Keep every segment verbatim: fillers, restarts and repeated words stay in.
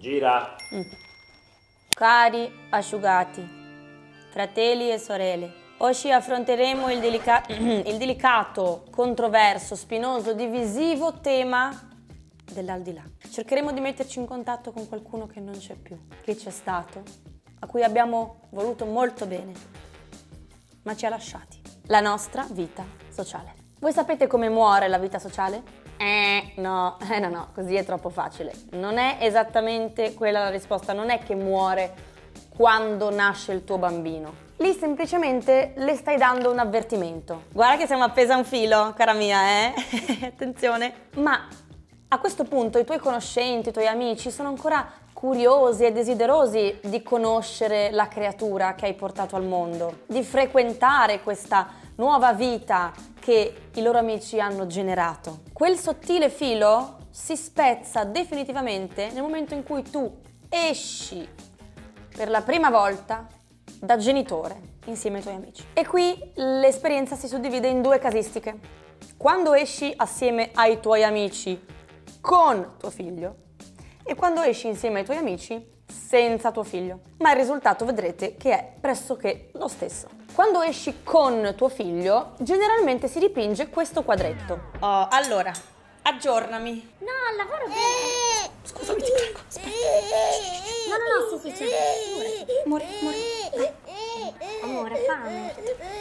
Gira. Mm. Cari asciugati, fratelli e sorelle, oggi affronteremo il, delica- il delicato, controverso, spinoso, divisivo tema dell'aldilà. Cercheremo di metterci in contatto con qualcuno che non c'è più, che c'è stato, a cui abbiamo voluto molto bene, ma ci ha lasciati. La nostra vita sociale. Voi sapete come muore la vita sociale? Eh, no, eh no, no, così è troppo facile. Non è esattamente quella la risposta, non è che muore quando nasce il tuo bambino. Lì semplicemente le stai dando un avvertimento. Guarda che siamo appesa a un filo, cara mia, eh? Attenzione. Ma a questo punto i tuoi conoscenti, i tuoi amici sono ancora curiosi e desiderosi di conoscere la creatura che hai portato al mondo, di frequentare questa nuova vita che i loro amici hanno generato. Quel sottile filo si spezza definitivamente nel momento in cui tu esci per la prima volta da genitore insieme ai tuoi amici. E qui l'esperienza si suddivide in due casistiche. Quando esci assieme ai tuoi amici con tuo figlio e quando esci insieme ai tuoi amici senza tuo figlio. Ma il risultato vedrete che è pressoché lo stesso. Quando esci con tuo figlio, generalmente si dipinge questo quadretto. Oh, allora, aggiornami. No, al lavoro bene. Scusami, ti prego. Aspetta. No, no, no, sì, sì, sì. Amore, amore. Amore, fame.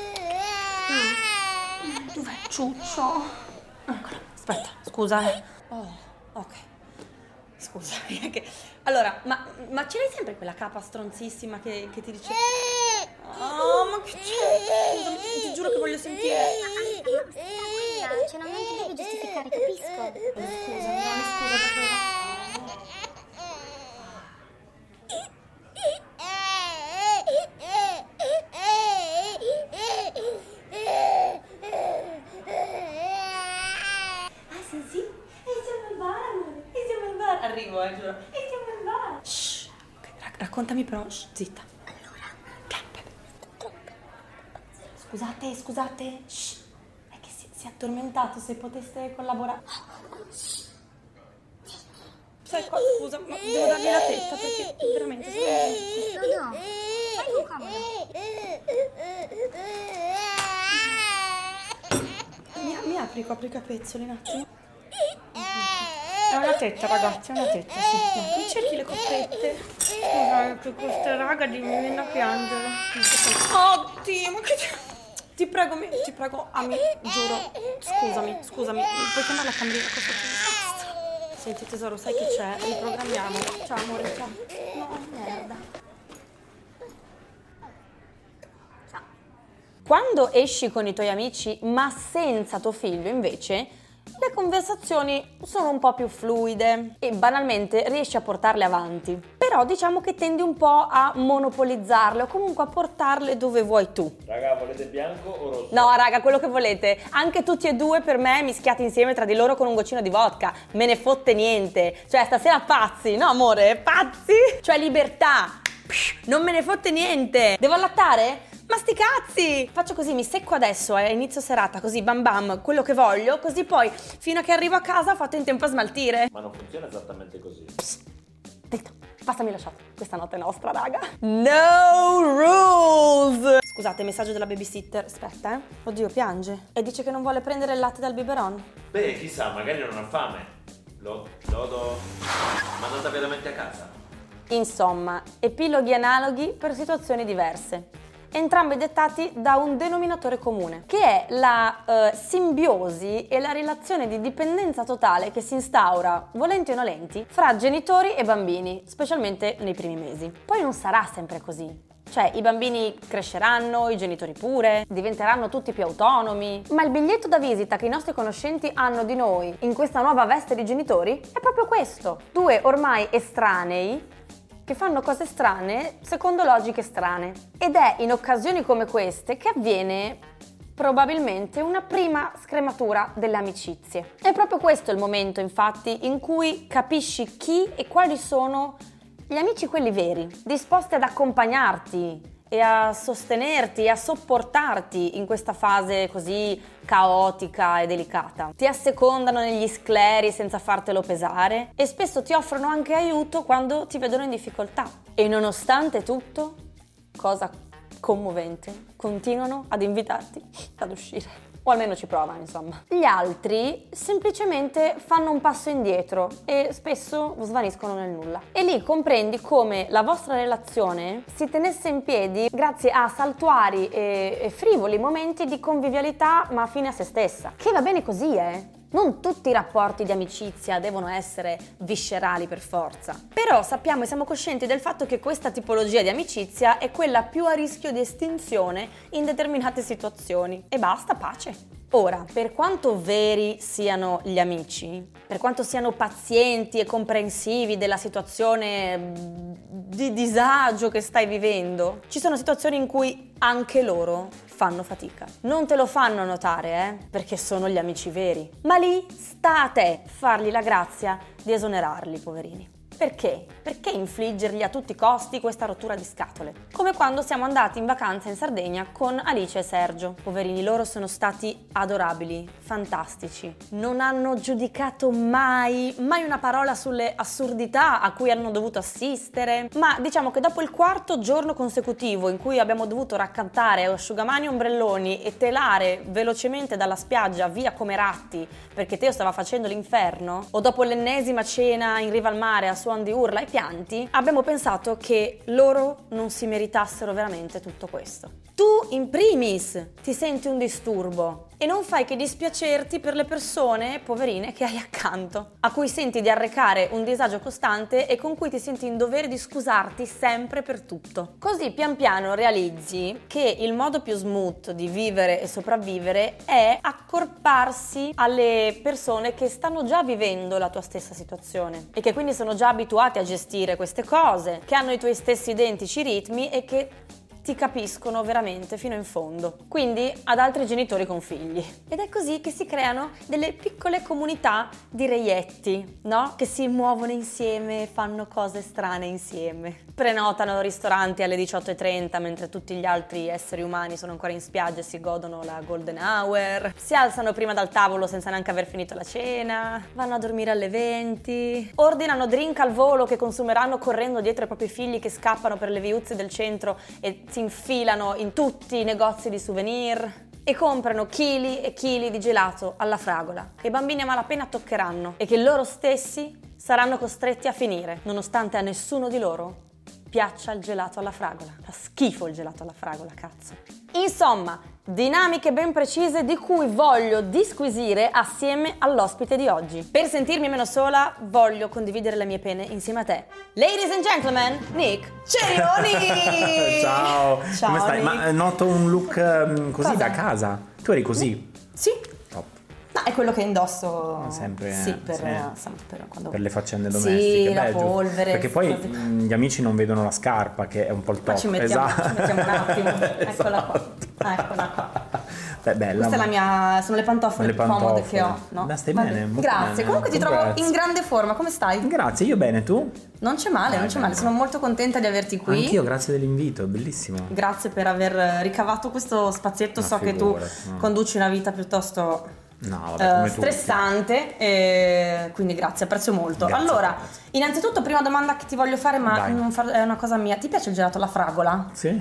Mm. Dov'è Ciuccio? Eccolo. Aspetta, scusa. Oh, ok. Scusami, è che... Allora, ma, ma ce l'hai sempre quella capa stronzissima che, che ti dice... Oh, ma che c'è? Scusami, ti giuro che voglio sentire. Ma cioè, non ti devi giustificare, capisco. Scusa, no, scusa davvero. Ah, sì, sì? E siamo al bar, amore. E siamo al bar. Arrivo, eh, giuro. E siamo al bar. Shh. Ok, rac- raccontami però, shh, zitta. Piano, Pepe. Scusate, scusate. Shh. È che si, si è addormentato, se poteste collaborare. Sai cosa, scusa, ma devo dargli la tetta perché veramente sono... No, no. Fai un comodo. Mi, mi apri, copri i capezzoli un attimo? È una tetta, ragazzi, è una tetta, sì. No, mi cerchi le coppette? Scusa, che questa raga di mi viene a piangere. Oddio, ma che... Ti prego, mi, ti prego, ami, giuro. Scusami, scusami, puoi chiamare la cameriera? Cosa? Senti tesoro, sai che c'è? Riprogrammiamo. Ciao amore, ciao. No, merda. Ciao. Quando esci con i tuoi amici, ma senza tuo figlio, invece, le conversazioni sono un po' più fluide e banalmente riesci a portarle avanti. Però diciamo che tendi un po' a monopolizzarle o comunque a portarle dove vuoi tu. Raga, volete bianco o rosso? No, raga, quello che volete. Anche tutti e due per me mischiati insieme tra di loro con un goccino di vodka. Me ne fotte niente. Cioè, stasera pazzi, no amore? Pazzi? Cioè, libertà. Non me ne fotte niente. Devo allattare? Ma sti cazzi! Faccio così, mi secco adesso, a inizio serata, così bam bam, quello che voglio, così poi fino a che arrivo a casa ho fatto in tempo a smaltire. Ma non funziona esattamente così. Psst, zitto, passami la shot. Questa notte è nostra, raga. No rules! Scusate, messaggio della babysitter. Aspetta, eh. Oddio, piange. E dice che non vuole prendere il latte dal biberon. Beh, chissà, magari non ha fame. Lo, lo do... mandata veramente a casa. Insomma, epiloghi analoghi per situazioni diverse. Entrambi dettati da un denominatore comune, che è la eh, simbiosi e la relazione di dipendenza totale che si instaura, volenti o nolenti, fra genitori e bambini, specialmente nei primi mesi. Poi non sarà sempre così. Cioè, i bambini cresceranno, i genitori pure, diventeranno tutti più autonomi, ma il biglietto da visita che i nostri conoscenti hanno di noi in questa nuova veste di genitori è proprio questo. Due ormai estranei che fanno cose strane secondo logiche strane. Ed è in occasioni come queste che avviene probabilmente una prima scrematura delle amicizie. È proprio questo il momento, infatti, in cui capisci chi e quali sono gli amici quelli veri, disposti ad accompagnarti e a sostenerti e a sopportarti in questa fase così caotica e delicata. Ti assecondano negli scleri senza fartelo pesare e spesso ti offrono anche aiuto quando ti vedono in difficoltà. E nonostante tutto, cosa commovente, continuano ad invitarti ad uscire. O almeno ci provano, insomma. Gli altri semplicemente fanno un passo indietro e spesso svaniscono nel nulla. E lì comprendi come la vostra relazione si tenesse in piedi grazie a saltuari e, e frivoli momenti di convivialità ma fine a se stessa. Che va bene così, eh? Non tutti i rapporti di amicizia devono essere viscerali per forza. Però sappiamo e siamo coscienti del fatto che questa tipologia di amicizia è quella più a rischio di estinzione in determinate situazioni. E basta, pace. Ora, per quanto veri siano gli amici, per quanto siano pazienti e comprensivi della situazione di disagio che stai vivendo, ci sono situazioni in cui anche loro fanno fatica. Non te lo fanno notare, eh? Perché sono gli amici veri. Ma lì sta a te fargli la grazia di esonerarli, poverini. Perché? Perché infliggergli a tutti i costi questa rottura di scatole? Come quando siamo andati in vacanza in Sardegna con Alice e Sergio. Poverini, loro sono stati adorabili, fantastici. Non hanno giudicato mai, mai una parola sulle assurdità a cui hanno dovuto assistere. Ma diciamo che dopo il quarto giorno consecutivo in cui abbiamo dovuto raccantare asciugamani e ombrelloni e telare velocemente dalla spiaggia via come ratti perché Teo stava facendo l'inferno, o dopo l'ennesima cena in riva al mare a suon di urla e pianti, abbiamo pensato che loro non si meritassero veramente tutto questo. Tu in primis ti senti un disturbo e non fai che dispiacerti per le persone poverine che hai accanto, a cui senti di arrecare un disagio costante e con cui ti senti in dovere di scusarti sempre per tutto. Così pian piano realizzi che il modo più smooth di vivere e sopravvivere è accorparsi alle persone che stanno già vivendo la tua stessa situazione e che quindi sono già abituati a gestire queste cose, che hanno i tuoi stessi identici ritmi e che ti capiscono veramente fino in fondo. Quindi ad altri genitori con figli. Ed è così che si creano delle piccole comunità di reietti, no? Che si muovono insieme, fanno cose strane insieme. Prenotano ristoranti alle diciotto e trenta mentre tutti gli altri esseri umani sono ancora in spiaggia e si godono la golden hour. Si alzano prima dal tavolo senza neanche aver finito la cena. Vanno a dormire alle venti. Ordinano drink al volo che consumeranno correndo dietro ai propri figli che scappano per le viuzze del centro e si infilano in tutti i negozi di souvenir e comprano chili e chili di gelato alla fragola che i bambini a malapena toccheranno e che loro stessi saranno costretti a finire, nonostante a nessuno di loro piaccia il gelato alla fragola. Fa schifo il gelato alla fragola, cazzo. Insomma, dinamiche ben precise di cui voglio disquisire assieme all'ospite di oggi. Per sentirmi meno sola, voglio condividere le mie pene insieme a te. Ladies and gentlemen, Nick Cerioni! Ciao! Ciao, come stai? Nick. Ma noto un look um, così Cosa? da casa. Tu eri così? Sì. Top. No, è quello che indosso Sempre, sì, eh, per, sì. sempre per, quando... Per le faccende Sì, domestiche. la Beh, giusto. polvere, Perché poi cose- mh, gli amici non vedono la scarpa, che è un po' il top. Ma ci mettiamo, Esatto. ci mettiamo un attimo. Eccola qua. Esatto. Eccola qua. Beh, bella. Questa è la mia, sono le pantofole Le più comode pantofole. che ho, no? Beh, stai Va bene, molto Grazie. bene. Comunque ti trovo Congrats. in grande forma, come stai? Grazie, io bene, tu? Non c'è male, non c'è male, sono molto contenta di averti qui. Anch'io, grazie dell'invito, bellissimo. Grazie per aver ricavato questo spazietto, Ma so che tu figurati, no. conduci una vita piuttosto No, vabbè, eh, come tutti. stressante, e quindi grazie, apprezzo molto. Grazie, allora, grazie. innanzitutto, prima domanda che ti voglio fare, ma Vai. non far- è una cosa mia, ti piace il gelato alla fragola? Sì?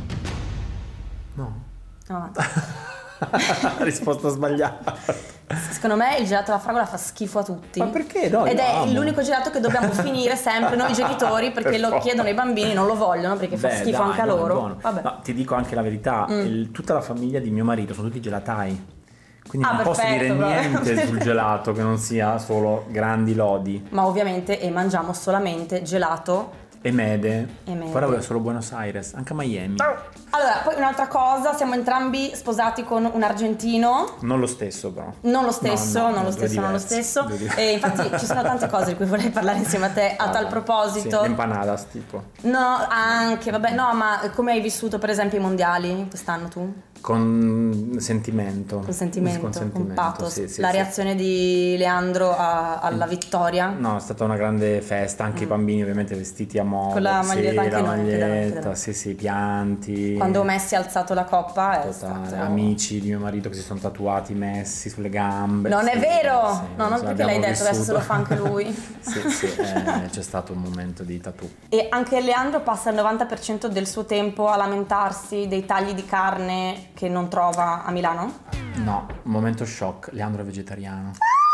No. No. Risposta sbagliata. Secondo me il gelato alla fragola fa schifo a tutti. Ma perché? No, Ed io è amo. l'unico gelato che dobbiamo finire sempre noi genitori perché Per lo forza. chiedono i bambini, non lo vogliono perché fa Beh, schifo dai, anche a no, è loro. buono. Vabbè. No, ti dico anche la verità, il- tutta la famiglia di mio marito sono tutti gelatai. Quindi Ah, non posso perfetto, dire vabbè. niente sul gelato che non sia solo grandi lodi Ma ovviamente e mangiamo solamente gelato. e mede. E mede. Ora voglio solo Buenos Aires, anche a Miami. Allora, poi un'altra cosa, siamo entrambi sposati con un argentino. Non lo stesso però. Non lo stesso, No, no, non lo due stesso, non lo diversi, stesso. due diversi. E infatti ci sono tante cose di cui vorrei parlare insieme a te a tal proposito. Sì, empanadas tipo. No, anche, vabbè, no, ma come hai vissuto per esempio i mondiali quest'anno tu? Con sentimento. Con sentimento, Con con, sentimento, pathos. sì, sì, la sì. reazione di Leandro a- alla vittoria. No, è stata una grande festa, anche i bambini ovviamente vestiti a modo. Con la Sì, maglietta anche la noi, anche da noi, anche da maglietta, noi. sì, sì, pianti. Quando Messi ha alzato la coppa è Totale. stato... Amici di mio marito che si sono tatuati Messi sulle gambe. Non Sì, è vero! sì, No, non sì, perché abbiamo l'hai detto, adesso se lo vissuto. fa anche lui. Sì, sì, eh, c'è stato un momento di tattoo. E anche Leandro passa il novanta per cento del suo tempo a lamentarsi dei tagli di carne che non trova a Milano? No, un momento shock, Leandro è vegetariano.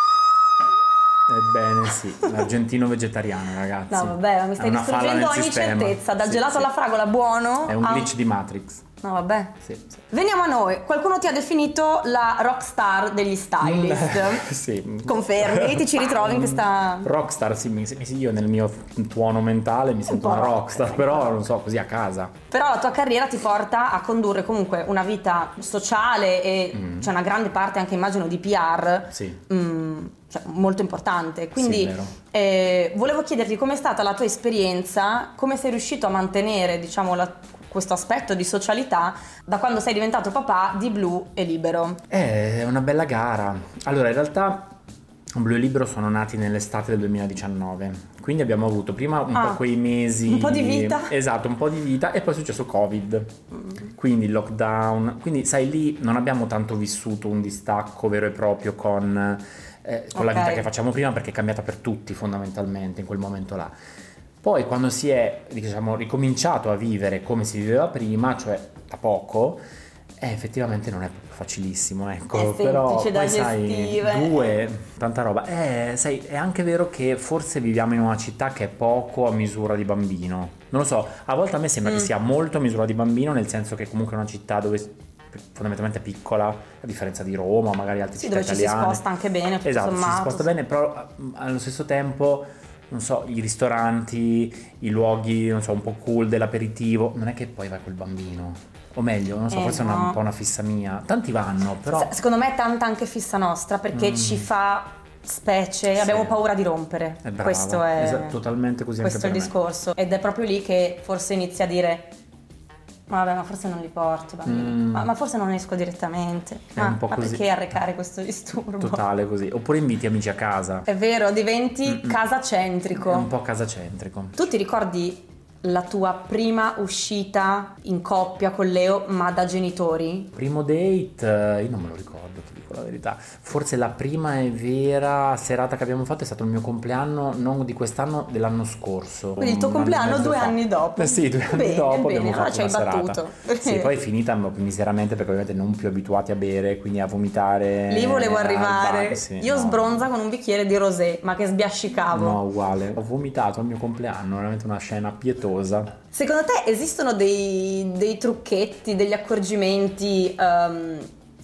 Ebbene sì, l'argentino vegetariano, ragazzi. No, vabbè, ma mi È stai una falla distruggendo nel ogni sistema. certezza, dal Sì, gelato sì. alla fragola buono È un a- glitch di Matrix. No, vabbè. Sì, sì. Veniamo a noi. Qualcuno ti ha definito la rockstar degli stylist. Sì. Confermi? Ti ci ritrovi in questa... Rockstar, sì, mi, mi- io nel mio tuono mentale mi sento po' una rockstar, rockstar, però non so, così a casa. Però la tua carriera ti porta a condurre comunque una vita sociale e c'è una grande parte anche immagino di P R Sì. mm, cioè, molto importante. Quindi Sì, vero. eh, volevo chiederti com'è stata la tua esperienza, come sei riuscito a mantenere diciamo la- questo aspetto di socialità da quando sei diventato papà di Blu e Libero. È una bella gara. Allora, in realtà Blu e Libero sono nati nell'estate del duemiladiciannove, quindi abbiamo avuto prima un Ah, po' quei mesi... un po' di vita. Esatto, un po' di vita e poi è successo Covid, quindi il lockdown, quindi sai lì non abbiamo tanto vissuto un distacco vero e proprio con, eh, con la Ok. vita che facciamo prima perché è cambiata per tutti fondamentalmente in quel momento là. Poi quando si è, diciamo, ricominciato a vivere come si viveva prima, cioè da poco, eh, effettivamente non è proprio facilissimo, ecco. È Però semplice da poi sai, gestire. due, tanta roba. Eh, sai, è anche vero che forse viviamo in una città che è poco a misura di bambino. Non lo so, a volte a me sembra Mm. che sia molto a misura di bambino, nel senso che comunque è una città dove fondamentalmente è piccola, a differenza di Roma, magari altre Sì, città dove ci si italiane. sposta anche bene, tutto Esatto, ci si sommato, sposta sì. bene, però mm, allo stesso tempo, non so, i ristoranti, i luoghi, non so, un po' cool dell'aperitivo, non è che poi vai col bambino. O meglio, non so, Eh, forse è una- no. un po' una fissa mia. Tanti vanno, però... Se- Secondo me è tanta anche fissa nostra perché Mm. ci fa specie, Sì. abbiamo paura di rompere. È brava. Questo è Esatto, totalmente così questo è anche il per me. discorso ed è proprio lì che forse inizia a dire vabbè, ma forse non li porti, bambini. Mm. ma, ma forse non esco direttamente. È Ma, un po' ma così. perché arrecare questo disturbo? Totale così. Oppure inviti amici a casa. È vero, diventi Mm-mm. casacentrico. È un po' casacentrico. Tu ti ricordi la tua prima uscita in coppia con Leo, ma da genitori? Primo date, eh, io non me lo ricordo, ti dico la verità. Forse la prima e vera serata che abbiamo fatto è stato il mio compleanno, non di quest'anno, dell'anno scorso. Quindi il tuo Un anno e compleanno mezzo due fa. anni dopo. Eh sì, due anni Bene, dopo bene, abbiamo allora fatto ci hai una serata. battuto. Sì, poi è finita miseramente perché ovviamente non più abituati a bere, quindi a vomitare. Lì volevo al arrivare. bar, sì, Io no. sbronza con un bicchiere di rosé, ma che sbiascicavo. No, uguale. Ho vomitato al mio compleanno, veramente una scena pietosa. Secondo te esistono dei, dei trucchetti, degli accorgimenti ehm,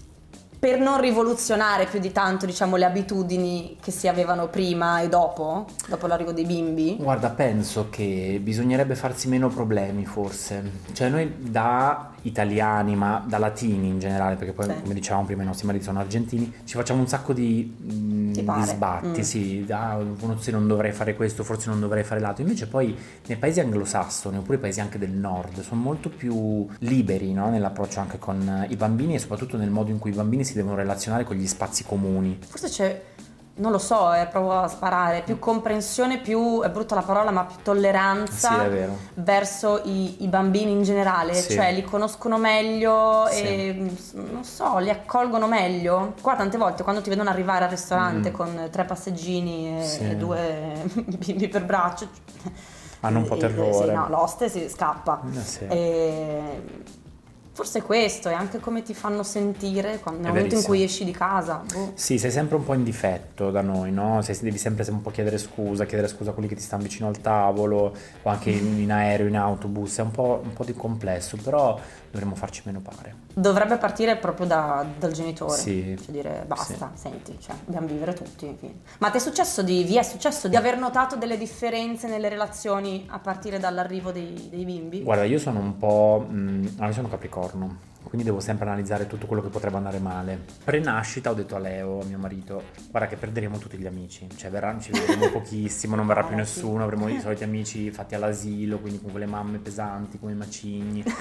per non rivoluzionare più di tanto, diciamo, le abitudini che si avevano prima e dopo, dopo l'arrivo dei bimbi? Guarda, penso che bisognerebbe farsi meno problemi forse. Cioè noi da italiani, ma da latini in generale, perché poi Sì. come dicevamo prima i nostri mariti sono argentini, ci facciamo un sacco di, mh, Ti di pare? sbatti, Mm. sì, ah, forse non dovrei fare questo, forse non dovrei fare l'altro. Invece poi nei paesi anglosassoni, oppure i paesi anche del nord, sono molto più liberi, no? Nell'approccio anche con i bambini e soprattutto nel modo in cui i bambini si devono relazionare con gli spazi comuni. Forse c'è, non lo so, eh, provo a sparare, più comprensione, più, è brutta la parola, ma più tolleranza Sì, è vero. verso i, i bambini in generale, Sì. cioè li conoscono meglio Sì. e non so, li accolgono meglio. Qua tante volte quando ti vedono arrivare al ristorante Mm. con tre passeggini e, Sì. e due bimbi per braccio, Hanno un po' eh, terrore. Sì, no, l'oste si scappa. Eh, sì. E forse questo è anche come ti fanno sentire quando, nel momento in verissimo. cui esci di casa. Boh. Sì, sei sempre un po' in difetto da noi, no? Sei, devi sempre un po' chiedere scusa, chiedere scusa a quelli che ti stanno vicino al tavolo o anche in, in aereo, in autobus, è un po', un po' di complesso, però dovremmo farci meno pare. Dovrebbe partire proprio da- dal genitore, Sì. cioè dire basta, senti, cioè, dobbiamo vivere tutti. fine. Ma ti è successo di, vi è successo di aver notato delle differenze nelle relazioni a partire dall'arrivo dei, dei bimbi? Guarda, io sono un po'... mh, no, io sono Capricorno, quindi devo sempre analizzare tutto quello che potrebbe andare male. Pre-nascita ho detto a Leo, a mio marito, guarda che perderemo tutti gli amici, cioè verranno, ci vedremo pochissimo, non verrà più Ah, sì. nessuno, avremo i soliti amici fatti all'asilo, quindi con quelle mamme pesanti come i macigni.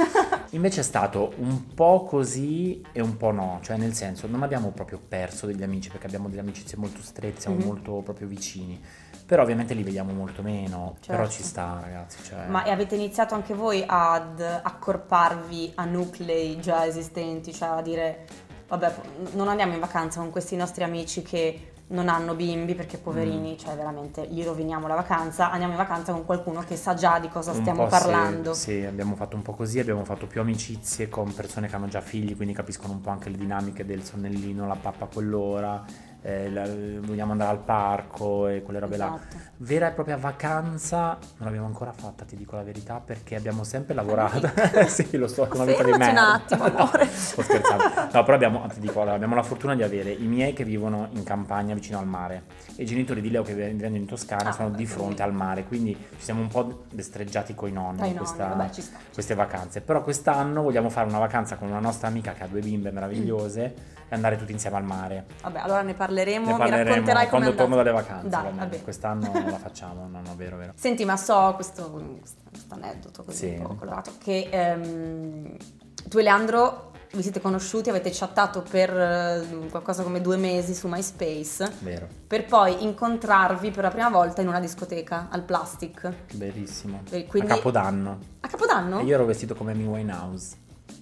Invece è stato un po' così e un po' no, cioè nel senso non abbiamo proprio perso degli amici perché abbiamo delle amicizie molto strette, siamo Mhm. molto proprio vicini, però ovviamente li vediamo molto meno, però Certo. ci sta ragazzi, cioè... Ma e avete iniziato anche voi ad accorparvi a nuclei già esistenti, cioè a dire, vabbè, non andiamo in vacanza con questi nostri amici che non hanno bimbi perché poverini, Mm. cioè veramente gli roviniamo la vacanza, andiamo in vacanza con qualcuno che sa già di cosa Un stiamo po' sì, parlando. Sì, abbiamo fatto un po' così, abbiamo fatto più amicizie con persone che hanno già figli, quindi capiscono un po' anche le dinamiche del sonnellino, la pappa a quell'ora, eh, la- vogliamo andare al parco e quelle robe là. Esatto. Vera e propria vacanza non l'abbiamo ancora fatta, ti dico la verità, perché abbiamo sempre lavorato. Sì, lo so, è una vita di Fermati un merda. attimo, amore. Sto scherzando. No, però abbiamo, ti dico, allora, abbiamo la fortuna di avere i miei che vivono in campagna vicino al mare e i genitori di Leo che vivendo in Toscana Ah, sono di vabbè, fronte al mare, quindi ci siamo un po' destreggiati coi nonni Dai, in no, questa- vabbè, ci sta, ci queste vacanze. Però quest'anno vogliamo fare una vacanza con una nostra amica che ha due bimbe meravigliose e andare tutti insieme al mare. Vabbè, allora ne parleremo, Ne parleremo mi racconterai come quando è torno andato. dalle vacanze. Dai, va bene. vabbè. Quest'anno non la facciamo, no, no, vero, vero. Senti, ma so questo, questo, questo aneddoto così Sì. un po' colorato, che ehm, tu e Leandro vi siete conosciuti, avete chattato per eh, qualcosa come due mesi su MySpace, Vero, per poi incontrarvi per la prima volta in una discoteca al Plastic verissimo. E quindi- A Capodanno. a Capodanno? E io ero vestito come Amy Winehouse.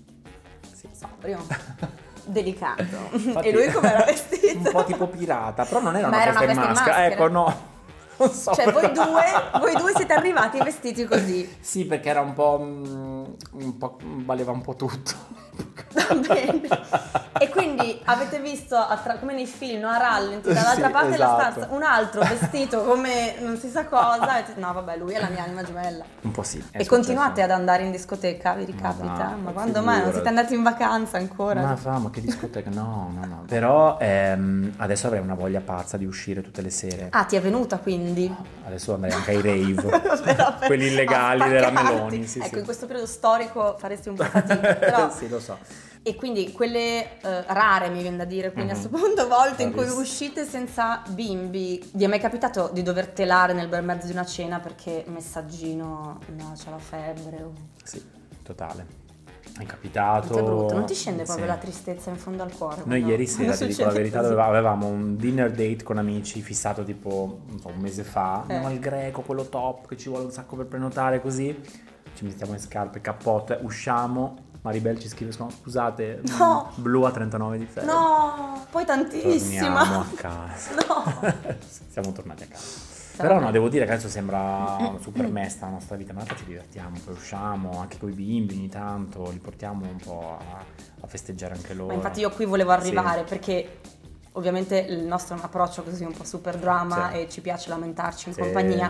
Sì. Sobrio, delicato. Infatti- E lui com'era vestito? Un po' tipo pirata, però non era Ma una era festa, una in, festa in maschera. maschera. Ecco, no. Non so. Cioè voi due, voi due siete arrivati vestiti così. Sì, perché era un po', mm, un po' valeva un po' tutto. Va bene. E quindi avete visto, attra- come nei film, no? A rallenti, dall'altra Sì, parte della esatto. stanza, un altro vestito come non si sa cosa. E dite, no, vabbè, lui è la mia anima gemella. Un po' sì. è E continuate successo. ad andare in discoteca, vi ricapita? Ma va, Ma quando mai? Non figurati. siete andati in vacanza ancora? Ma fa, ma che discoteca? No, no, no. Però ehm, adesso avrei una voglia pazza di uscire tutte le sere. Ah, ti è venuta quindi? Adesso andrei anche ai rave. Però per- Quelli illegali a della spaccarti. Meloni. Sì, ecco, sì. in questo periodo storico faresti un po' fatica, però... Sì, lo so. E quindi quelle eh, rare, mi viene da dire, quindi Mhm. a questo punto volte in cui Bravissimo. uscite senza bimbi, vi è mai capitato di dover telare nel bel mezzo di una cena perché messaggino, no, c'ho la febbre o... Sì, totale. È capitato. Che brutto, non ti scende proprio Sì. la tristezza in fondo al cuore? Noi quando- ieri sera, quando ti dico la succede verità, così? doveva- avevamo un dinner date con amici fissato tipo non so, un mese fa. Eh. Andiamo al Greco, quello top che ci vuole un sacco per prenotare così. Ci mettiamo in scarpe, cappotto, eh, usciamo. Maribel ci scrive, no, scusate, No. mm, blu a trentanove di febbre. No, poi tantissima. Torniamo a casa. No. Siamo tornati a casa. Però no, devo dire che adesso sembra super mesta la nostra vita, ma in realtà ci divertiamo, poi usciamo anche con i bimbi ogni tanto, li portiamo un po' a, a festeggiare anche loro. Ma infatti io qui volevo arrivare Sì. perché ovviamente il nostro è un approccio così un po' super drama Sì. e ci piace lamentarci in Sì. compagnia.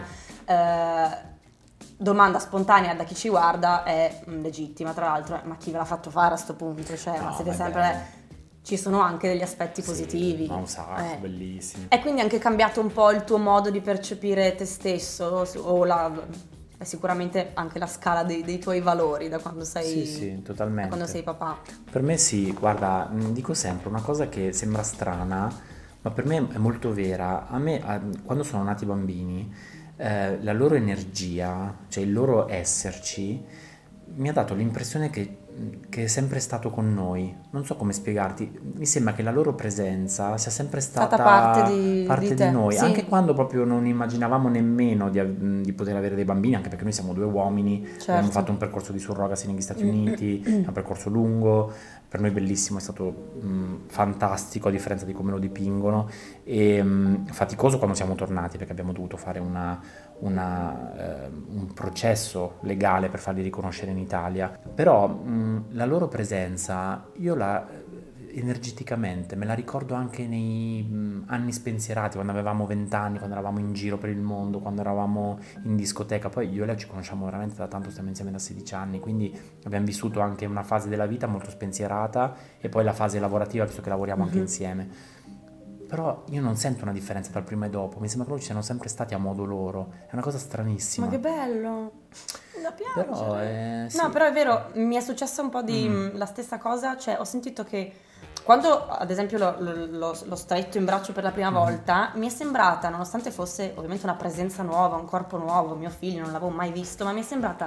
Eh, domanda spontanea da chi ci guarda è mm, legittima tra l'altro, eh, ma chi ve l'ha fatto fare a sto punto? Cioè, ma No, siete vabbè. sempre... Ci sono anche degli aspetti Sì, positivi. ma un sacco, Eh. bellissimi. E quindi anche cambiato un po' il tuo modo di percepire te stesso su- o la, beh, sicuramente anche la scala dei, dei tuoi valori da quando sei, Sì, sì, da totalmente. quando sei papà. Per me sì, guarda, mh, dico sempre una cosa che sembra strana, ma per me è molto vera. A me, a- quando sono nati i bambini, eh, la loro energia, cioè il loro esserci, mi ha dato l'impressione che, che è sempre stato con noi. Non so come spiegarti, mi sembra che la loro presenza sia sempre stata, Stata parte di- parte di di te, noi, sì. anche quando proprio non immaginavamo nemmeno di, av- di poter avere dei bambini, anche perché noi siamo due uomini, Certo. abbiamo fatto un percorso di surrogacy negli Stati Uniti, un percorso lungo, per noi bellissimo, è stato mh, fantastico a differenza di come lo dipingono e mh, faticoso quando siamo tornati perché abbiamo dovuto fare una, una, eh, un processo legale per farli riconoscere in Italia, però mh, la loro presenza io la energeticamente me la ricordo anche nei mh, anni spensierati, quando avevamo vent'anni, quando eravamo in giro per il mondo, quando eravamo in discoteca. Poi io e lei ci conosciamo veramente da tanto, stiamo insieme da sedici anni, quindi abbiamo vissuto anche una fase della vita molto spensierata e poi la fase lavorativa, visto che lavoriamo anche Mhm. insieme. Però io non sento una differenza tra il prima e dopo, mi sembra che loro ci siano sempre stati a modo loro, è una cosa stranissima. Ma che bello! Da piangere. Però eh, sì. No, però è vero, mi è successa un po' di Mm. mh, la stessa cosa, cioè ho sentito che quando ad esempio l'ho, l'ho- l'ho stretto in braccio per la prima Mm. volta, mi è sembrata, nonostante fosse ovviamente una presenza nuova, un corpo nuovo, mio figlio non l'avevo mai visto, ma mi è sembrata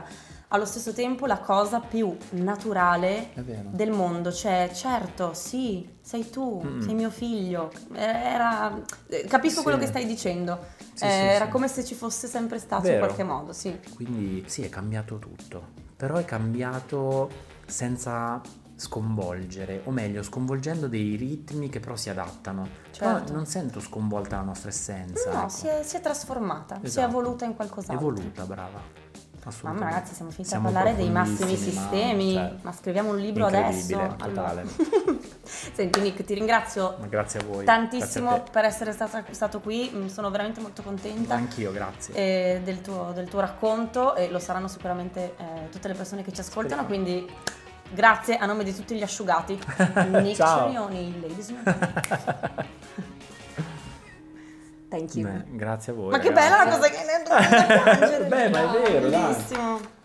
allo stesso tempo la cosa più naturale È vero. del mondo, cioè certo, sì, sei tu, Mm. sei mio figlio, era... capisco Sì. quello che stai dicendo, Sì, Eh, sì, era sì. come se ci fosse sempre stato Vero. in qualche modo, sì. Quindi sì, è cambiato tutto, però è cambiato senza sconvolgere, o meglio, sconvolgendo dei ritmi che però si adattano. Certo. Però non sento sconvolta la nostra essenza. No, ecco. si è, si è trasformata, si è Esatto. evoluta in qualcos'altro. Evoluta, brava. Mamma Assolutamente. ragazzi, siamo finiti Siamo a parlare dei massimi profondissimi, ma- sistemi, cioè, ma scriviamo un libro adesso. incredibile, Allora. totale. Senti Nick, ti ringrazio Ma grazie a voi. tantissimo grazie a te. per essere stata- stato qui, mm, sono veramente molto contenta Anch'io, grazie. eh, del, tuo, del tuo racconto e lo saranno sicuramente eh, tutte le persone che ci ascoltano, Speriamo. quindi grazie a nome di tutti gli asciugati. Nick Ciao. Cerioni, ladies and gentlemen. Thank you. Beh, grazie a voi. Ma che bella la ragazzi. cosa che hai detto, mi fa piangere. Beh, ma è vero, dai. Bellissimo.